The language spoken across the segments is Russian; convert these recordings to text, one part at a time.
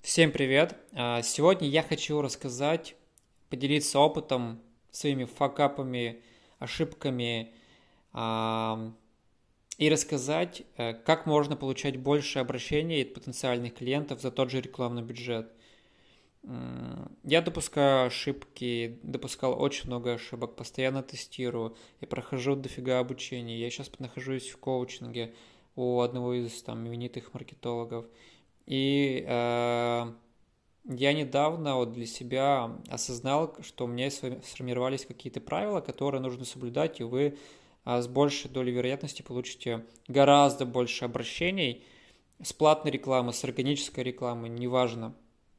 Всем привет! Сегодня я хочу рассказать, поделиться опытом, своими факапами, ошибками и рассказать, как можно получать больше обращений от потенциальных клиентов за тот же рекламный бюджет. Я допускаю ошибки, допускал очень много ошибок, постоянно тестирую, я прохожу дофига обучения, я сейчас нахожусь в коучинге у одного из именитых маркетологов. И я недавно вот для себя осознал, что у меня сформировались какие-то правила, которые нужно соблюдать, и вы с большей долей вероятности получите гораздо больше обращений с платной рекламы, с органической рекламы, неважно.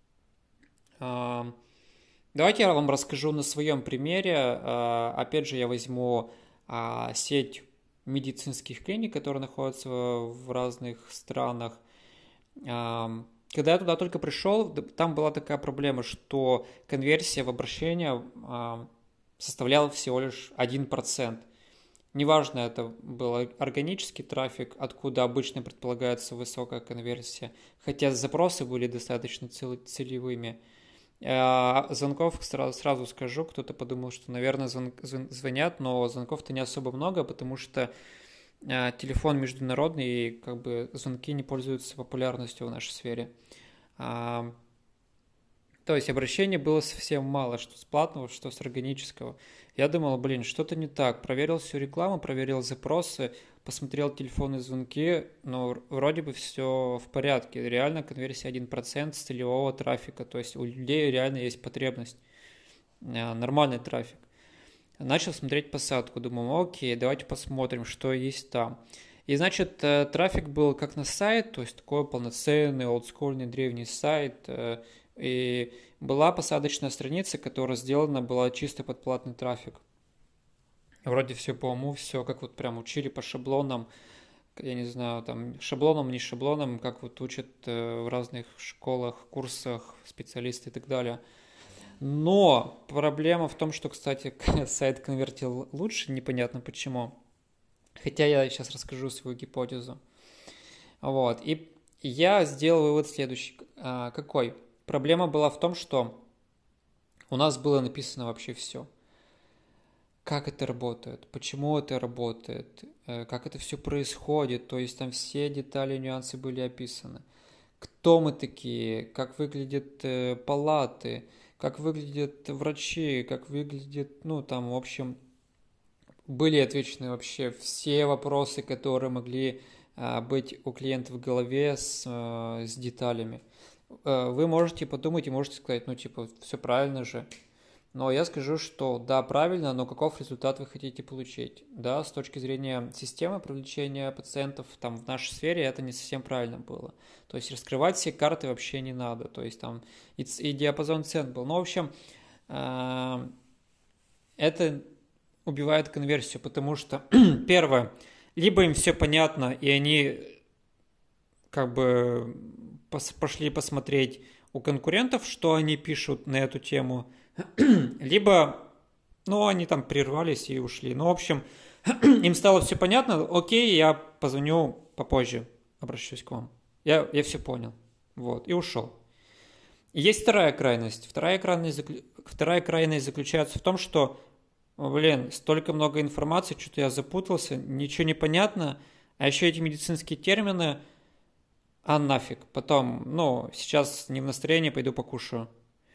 Давайте я вам расскажу на своем примере. Опять же, я возьму сеть медицинских клиник, которые находятся в разных странах. Когда я туда только пришел, там была такая проблема, что конверсия в обращение составляла всего лишь 1%. Неважно, это был органический трафик, откуда обычно предполагается высокая конверсия, хотя запросы были достаточно целевыми. Звонков сразу скажу, кто-то подумал, что, наверное, звонят, но звонков-то не особо много, потому что телефон международный, и звонки не пользуются популярностью в нашей сфере. То есть обращений было совсем мало, что с платного, что с органического. Я думал, что-то не так. Проверил всю рекламу, проверил запросы, посмотрел телефонные звонки, но вроде бы все в порядке. Реально конверсия 1% с целевого трафика, то есть у людей реально есть потребность. Нормальный трафик. Начал смотреть посадку, думал, окей, давайте посмотрим, что есть там. И, значит, трафик был как на сайт, то есть такой полноценный, олдскульный, древний сайт. И была посадочная страница, которая сделана была чисто под платный трафик. Вроде все по уму, все как вот прям учили по шаблонам. Я не знаю, там шаблоном, не шаблоном, как вот учат в разных школах, курсах специалисты и так далее. Но проблема в том, что, кстати, сайт конвертил лучше, непонятно почему. Хотя я сейчас расскажу свою гипотезу. Вот. И я сделал вывод следующий. Какой? Проблема была в том, что у нас было написано вообще все. Как это работает, почему это работает, как это все происходит. То есть там все детали, нюансы были описаны. Кто мы такие, как выглядят палаты, как выглядят врачи, как выглядят, в общем, были отвечены вообще все вопросы, которые могли быть у клиента в голове с деталями. Вы можете подумать и можете сказать, все правильно же. Но я скажу, что да, правильно, но каков результат вы хотите получить? Да, с точки зрения системы привлечения пациентов там в нашей сфере это не совсем правильно было. То есть раскрывать все карты вообще не надо. То есть там и диапазон цен был. Ну, в общем, это убивает конверсию, потому что, первое, либо им все понятно, и они пошли посмотреть у конкурентов, что они пишут на эту тему, либо, они там прервались и ушли. В общем, им стало все понятно, окей, я позвоню попозже, обращусь к вам. Я все понял. Вот, и ушел. И есть вторая крайность. Вторая крайность заключается в том, что, столько много информации, что-то я запутался, ничего не понятно, а еще эти медицинские термины, нафиг. Потом, сейчас не в настроении, пойду покушаю.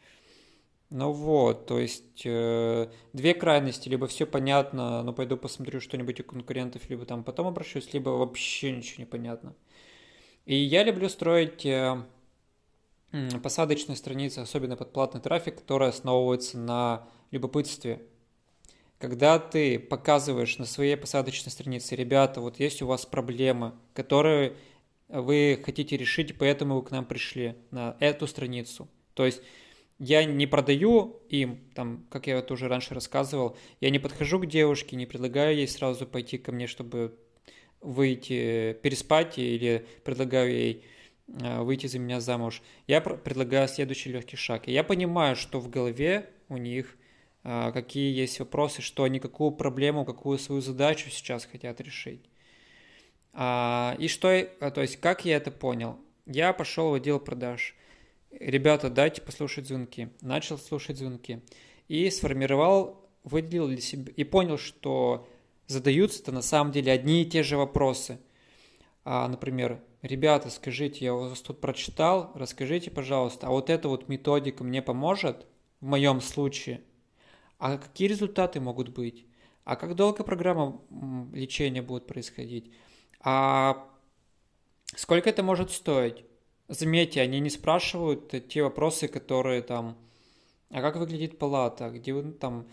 То есть две крайности, либо все понятно, но пойду посмотрю что-нибудь у конкурентов, либо там потом обращусь, либо вообще ничего не понятно. И я люблю строить посадочные страницы, особенно под платный трафик, которые основываются на любопытстве. Когда ты показываешь на своей посадочной странице, ребята, вот есть у вас проблемы, которые вы хотите решить, поэтому вы к нам пришли на эту страницу. То есть я не продаю им, как я это уже раньше рассказывал, я не подхожу к девушке, не предлагаю ей сразу пойти ко мне, чтобы выйти, переспать, или предлагаю ей выйти за меня замуж. Я предлагаю следующий легкий шаг. И я понимаю, что в голове у них, какие есть вопросы, что они какую проблему, какую свою задачу сейчас хотят решить. То есть, как я это понял? Я пошел в отдел продаж. Ребята, дайте послушать звонки. Начал слушать звонки. И сформировал, выделил для себя и понял, что задаются-то на самом деле одни и те же вопросы. Например, ребята, скажите, я вас тут прочитал, расскажите, пожалуйста, а вот эта вот методика мне поможет в моем случае? А какие результаты могут быть? А как долго программа лечения будет происходить? А сколько это может стоить? Заметьте, они не спрашивают те вопросы, которые там, а как выглядит палата, где вы там,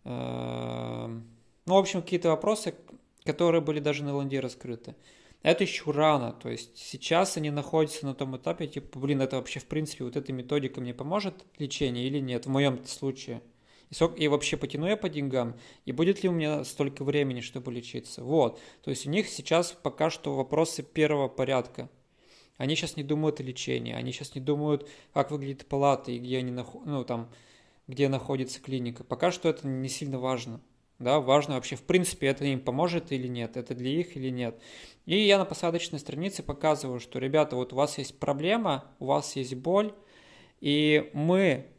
ну, в общем, какие-то вопросы, которые были даже на ленде раскрыты. Это еще рано, то есть сейчас они находятся на том этапе, типа, блин, это вообще в принципе вот эта методика мне поможет лечение или нет, в моем случае. И вообще потяну я по деньгам, и будет ли у меня столько времени, чтобы лечиться. Вот, то есть у них сейчас пока что вопросы первого порядка. Они сейчас не думают о лечении, они сейчас не думают, как выглядит палата и где они ну, там, где находится клиника. Пока что это не сильно важно. Да, важно вообще, в принципе, это им поможет или нет, это для их или нет. И я на посадочной странице показываю, что, ребята, вот у вас есть проблема, у вас есть боль, и мы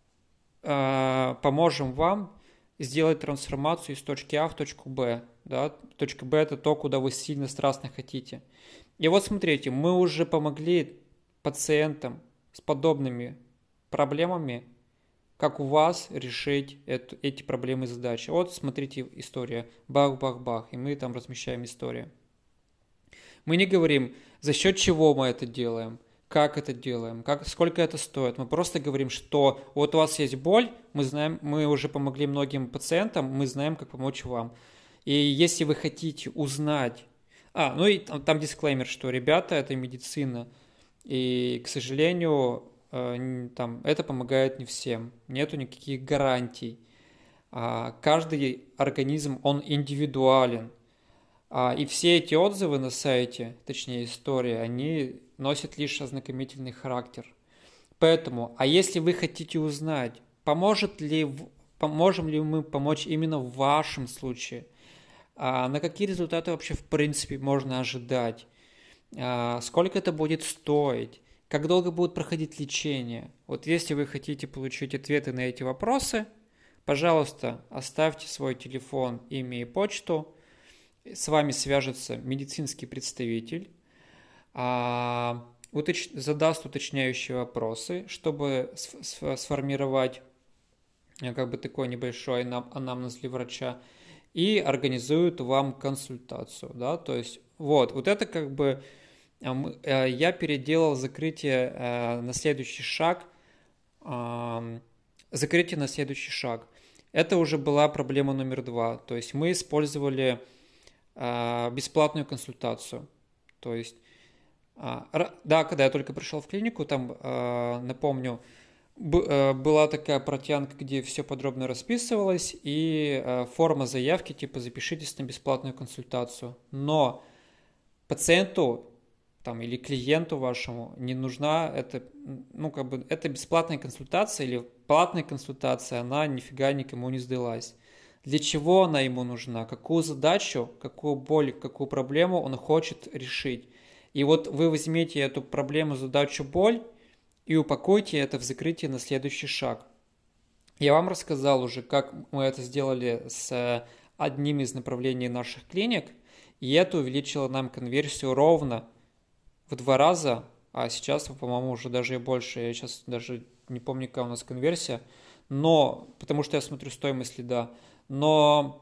поможем вам сделать трансформацию из точки А в точку Б. Да? Точка Б – это то, куда вы сильно страстно хотите. И вот смотрите, мы уже помогли пациентам с подобными проблемами, как у вас решить эти проблемы и задачи. Вот смотрите история, бах-бах-бах, и мы там размещаем историю. Мы не говорим, за счет чего мы это делаем, как это делаем, сколько это стоит. Мы просто говорим, что вот у вас есть боль, мы знаем, мы уже помогли многим пациентам, мы знаем, как помочь вам. И если вы хотите узнать... ну и там дисклеймер, что ребята, это медицина, и, к сожалению, там, это помогает не всем, нету никаких гарантий. Каждый организм, он индивидуален. И все эти отзывы на сайте, точнее истории, они носят лишь ознакомительный характер. Поэтому, если вы хотите узнать, поможем ли мы помочь именно в вашем случае, на какие результаты вообще в принципе можно ожидать, сколько это будет стоить, как долго будет проходить лечение. Вот если вы хотите получить ответы на эти вопросы, пожалуйста, оставьте свой телефон, имя и почту. С вами свяжется медицинский представитель, задаст уточняющие вопросы, чтобы сформировать как бы такой небольшой анамнез для врача, и организует вам консультацию. Да? То есть вот это как бы я переделал закрытие на следующий шаг. Закрытие на следующий шаг. Это уже была проблема номер 2. То есть мы использовали бесплатную консультацию. То есть, да, когда я только пришел в клинику, там, напомню, была такая протянка, где все подробно расписывалось, и форма заявки, типа, запишитесь на бесплатную консультацию. Но пациенту там, или клиенту вашему не нужна эта бесплатная консультация или платная консультация, она нифига никому не сдалась. Для чего она ему нужна, какую задачу, какую боль, какую проблему он хочет решить. И вот вы возьмите эту проблему, задачу, боль и упакуйте это в закрытие на следующий шаг. Я вам рассказал уже, как мы это сделали с одним из направлений наших клиник, и это увеличило нам конверсию ровно в 2 раза, а сейчас, по-моему, уже даже и больше. Я сейчас даже не помню, какая у нас конверсия, но, потому что я смотрю стоимость лида. Но,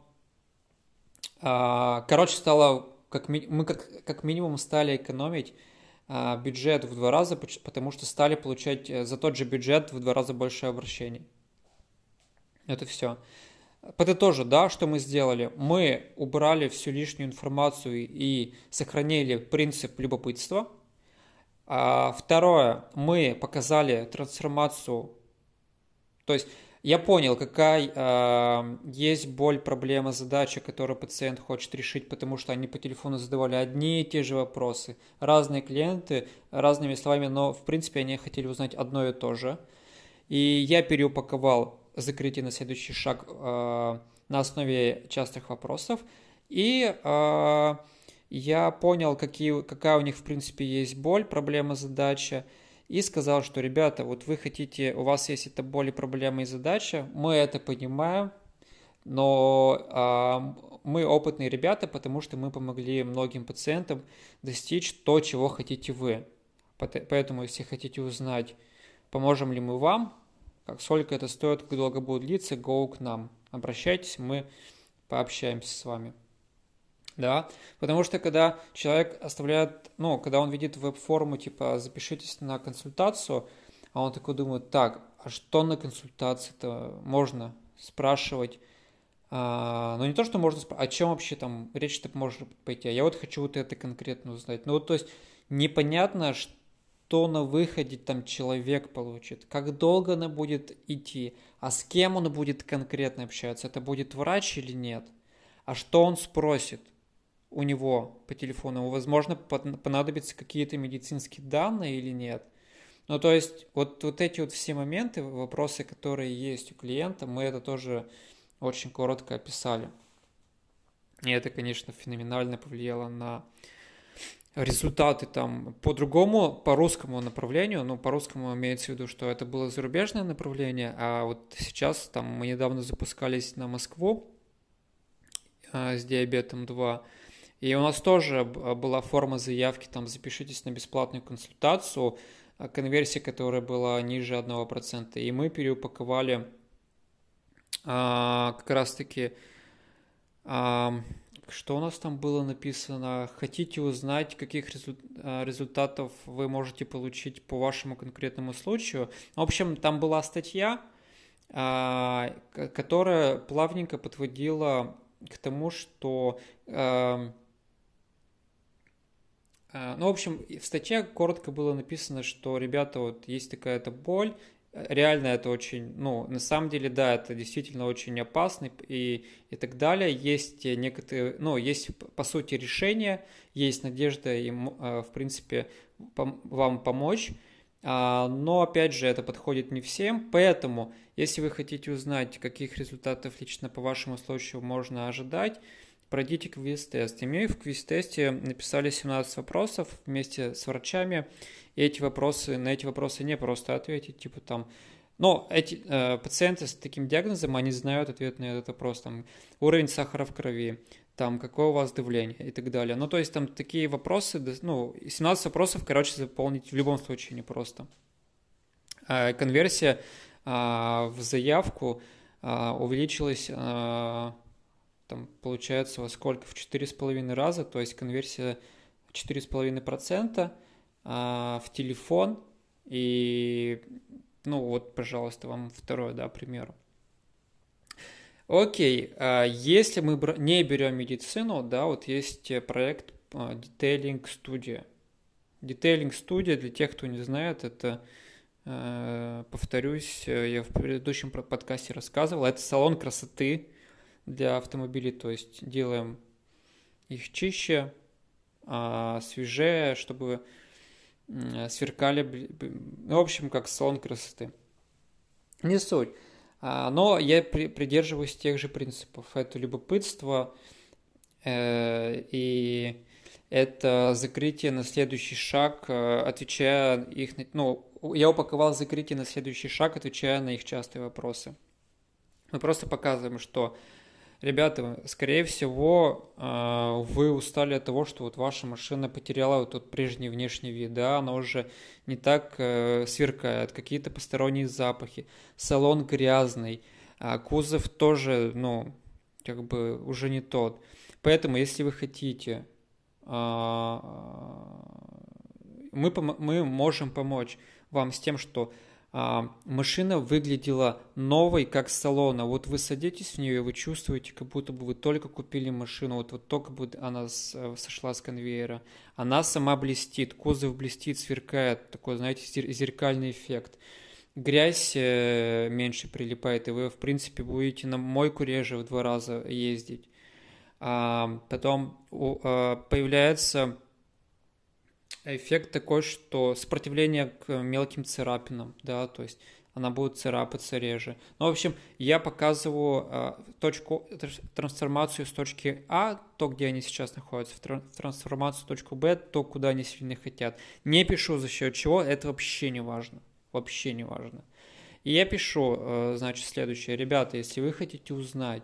стало, мы как минимум стали экономить бюджет в 2 раза, потому что стали получать за тот же бюджет в 2 раза больше обращений. Это все. Подытожу, да, что мы сделали. Мы убрали всю лишнюю информацию и сохранили принцип любопытства. Второе, мы показали трансформацию, то есть я понял, какая есть боль, проблема, задача, которую пациент хочет решить, потому что они по телефону задавали одни и те же вопросы. Разные клиенты, разными словами, но в принципе они хотели узнать одно и то же. И я переупаковал закрытие на следующий шаг на основе частых вопросов. И я понял, какая у них в принципе есть боль, проблема, задача. и сказал, что, ребята, вот вы хотите, у вас есть эта боль, проблема и задача, мы это понимаем, но мы опытные ребята, потому что мы помогли многим пациентам достичь то, чего хотите вы. Поэтому, если хотите узнать, поможем ли мы вам, как сколько это стоит, как долго будет длиться, go к нам. Обращайтесь, мы пообщаемся с вами. Да, потому что когда человек оставляет, ну, когда он видит веб-форму, типа, запишитесь на консультацию, а он такой думает, так, а что на консультации-то можно спрашивать? Ну, не то, что можно спрашивать, о чем вообще там речь-то может пойти, а я вот хочу вот это конкретно узнать. Ну, вот, то есть, непонятно, что на выходе там человек получит, как долго она будет идти, а с кем он будет конкретно общаться, это будет врач или нет, а что он спросит у него по телефону, возможно, понадобятся какие-то медицинские данные или нет. Ну, то есть, вот эти вот все моменты, вопросы, которые есть у клиента, мы это тоже очень коротко описали. И это, конечно, феноменально повлияло на результаты там по русскому направлению, ну, по русскому имеется в виду, что это было зарубежное направление, а вот сейчас там мы недавно запускались на Москву с диабетом 2, и у нас тоже была форма заявки, там, запишитесь на бесплатную консультацию, конверсия, которая была ниже 1%, и мы переупаковали как раз-таки, что у нас там было написано, хотите узнать, каких результатов вы можете получить по вашему конкретному случаю. В общем, там была статья, которая плавненько подводила к тому, что ну, в общем, в статье коротко было написано, что, ребята, вот есть такая-то боль, реально это очень, ну, на самом деле, да, это действительно очень опасно и так далее. Есть некоторые, ну, есть, по сути, решения, есть надежда им, в принципе, вам помочь, но, опять же, это подходит не всем, поэтому, если вы хотите узнать, каких результатов лично по вашему случаю можно ожидать, пройдите квиз-тест. И мы в квиз-тесте написали 17 вопросов вместе с врачами. И на эти вопросы не просто ответить, типа там... Но эти пациенты с таким диагнозом, они знают ответ на этот вопрос. Там уровень сахара в крови, там какое у вас давление и так далее. Ну, то есть там такие вопросы, ну, 17 вопросов, короче, заполнить в любом случае непросто. Конверсия в заявку увеличилась... там получается во сколько? В 4,5 раза, то есть конверсия 4,5% в телефон. И, ну вот, пожалуйста, вам второй, да, пример. Окей, если мы не берем медицину, да, вот есть проект Detailing Studio. Detailing Studio, для тех, кто не знает, это, повторюсь, я в предыдущем подкасте рассказывал, это салон красоты для автомобилей, то есть делаем их чище, свежее, чтобы сверкали, в общем, как салон красоты. Не суть. Но я придерживаюсь тех же принципов. Это любопытство и это закрытие на следующий шаг, отвечая их, ну, я упаковал закрытие на следующий шаг, отвечая на их частые вопросы. Мы просто показываем, что ребята, скорее всего, вы устали от того, что вот ваша машина потеряла вот тот прежний внешний вид, да, она уже не так сверкает, какие-то посторонние запахи, салон грязный, кузов тоже, ну, как бы уже не тот. Поэтому, если вы хотите, мы можем помочь вам с тем, что машина выглядела новой, как с салона. Вот вы садитесь в нее, и вы чувствуете, как будто бы вы только купили машину, вот только бы она сошла с конвейера. Она сама блестит, кузов блестит, сверкает, такой, знаете, зеркальный эффект. Грязь меньше прилипает, и вы, в принципе, будете на мойку реже в 2 раза ездить. Потом появляется эффект такой, что сопротивление к мелким царапинам, да, то есть она будет царапаться реже. Ну, в общем, я показываю трансформацию с точки А, то, где они сейчас находятся, в трансформацию в точку Б, то, куда они сильно хотят. Не пишу за счет чего, это вообще не важно. Вообще не важно. И я пишу, значит, следующее. Ребята, если вы хотите узнать,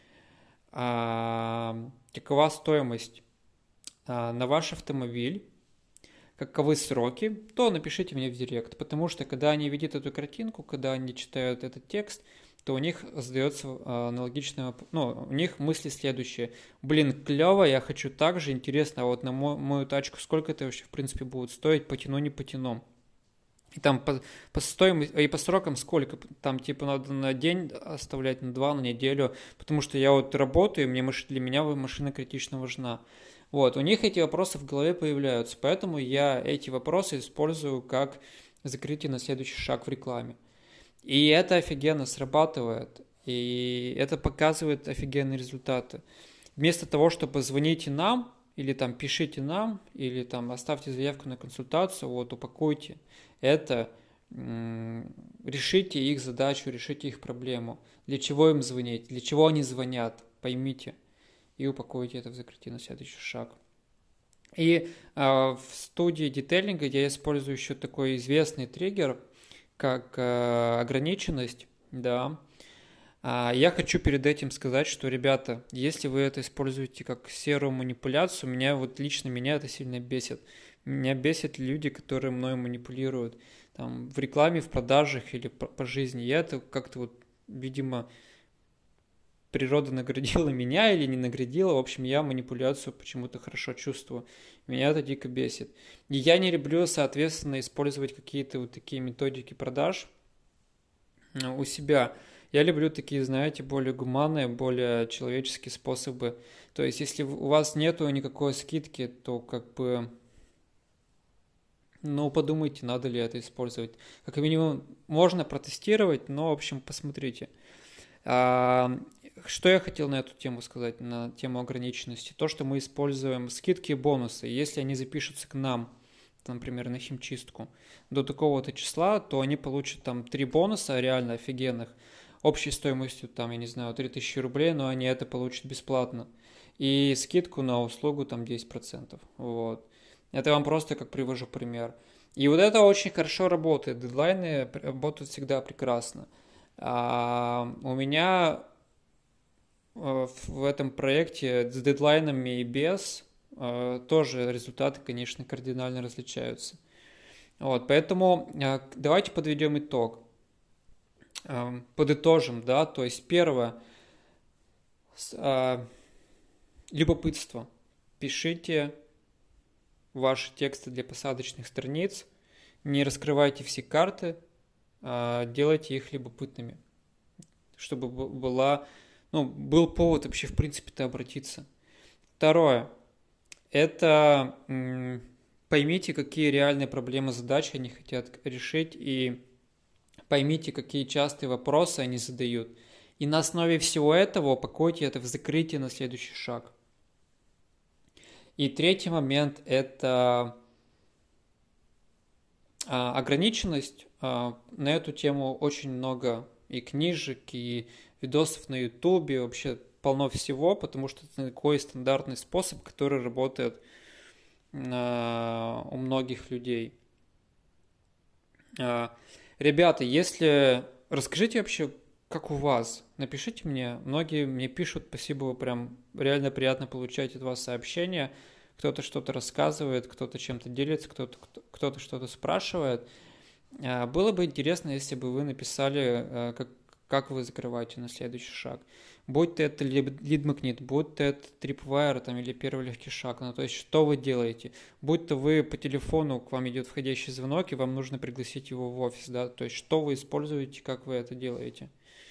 какова стоимость на ваш автомобиль, каковы сроки, то напишите мне в директ, потому что когда они видят эту картинку, когда они читают этот текст, то у них задается аналогичное, у них мысли следующие. Блин, клево, я хочу так же, интересно, а вот на мою тачку сколько это вообще в принципе будет стоить, потяну, не потяну. И там по стоимости, и по срокам сколько, там типа надо на день оставлять, на 2, на неделю, потому что я вот работаю, для меня машина критично важна. Вот, у них эти вопросы в голове появляются, поэтому я эти вопросы использую как закрытие на следующий шаг в рекламе. И это офигенно срабатывает, и это показывает офигенные результаты. Вместо того, чтобы звоните нам, или там пишите нам, или там оставьте заявку на консультацию, вот упакуйте это, решите их задачу, решите их проблему. Для чего им звонить, для чего они звонят, поймите. И упакуйте это в закрытие на следующий шаг. И в студии детейлинга я использую еще такой известный триггер, как ограниченность. Да. Я хочу перед этим сказать, что, ребята, если вы это используете как серую манипуляцию, лично меня это сильно бесит. Меня бесят люди, которые мной манипулируют там, в рекламе, в продажах или по жизни. Я это как-то видимо, природа наградила меня или не наградила. В общем, я манипуляцию почему-то хорошо чувствую. Меня это дико бесит. И я не люблю, соответственно, использовать какие-то такие методики продаж у себя. Я люблю такие, знаете, более гуманные, более человеческие способы. То есть, если у вас нету никакой скидки, то подумайте, надо ли это использовать. Как минимум, можно протестировать, но, в общем, посмотрите. Что я хотел на эту тему сказать, на тему ограниченности? То, что мы используем скидки и бонусы. Если они запишутся к нам, например, на химчистку до такого-то числа, то они получат там 3 бонуса реально офигенных, общей стоимостью, там, я не знаю, 3000 рублей, но они это получат бесплатно. И скидку на услугу там 10%. Вот. Это вам просто как привожу пример. И вот это очень хорошо работает. Дедлайны работают всегда прекрасно. У меня в этом проекте с дедлайнами и без тоже результаты, конечно, кардинально различаются. Вот, поэтому давайте подведем итог. Подытожим, да, то есть первое, любопытство. Пишите ваши тексты для посадочных страниц, не раскрывайте все карты, делайте их любопытными, чтобы был повод вообще в принципе-то обратиться. Второе, это поймите, какие реальные проблемы, задачи они хотят решить, и поймите, какие частые вопросы они задают. И на основе всего этого упакуйте это в закрытие на следующий шаг. И третий момент – это ограниченность. На эту тему очень много и книжек, и видосов на ютубе, вообще полно всего, потому что это такой стандартный способ, который работает у многих людей. Ребята, расскажите вообще, как у вас, напишите мне, многие мне пишут, спасибо, прям реально приятно получать от вас сообщения, кто-то что-то рассказывает, кто-то чем-то делится, кто-то что-то спрашивает. Было бы интересно, если бы вы написали, как вы закрываете на следующий шаг. Будь то это лид-магнит, будь то это Tripwire там, или первый легкий шаг, то есть что вы делаете. Будь то вы по телефону, к вам идет входящий звонок, и вам нужно пригласить его в офис, да, то есть что вы используете, как вы это делаете.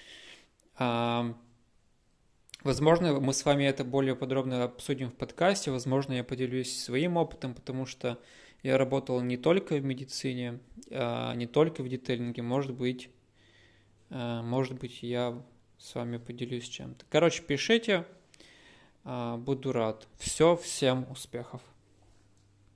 Возможно, мы с вами это более подробно обсудим в подкасте, возможно, я поделюсь своим опытом, потому что я работал не только в медицине, не только в детейлинге, может быть, я с вами поделюсь чем-то. Короче, пишите, буду рад. Всем успехов.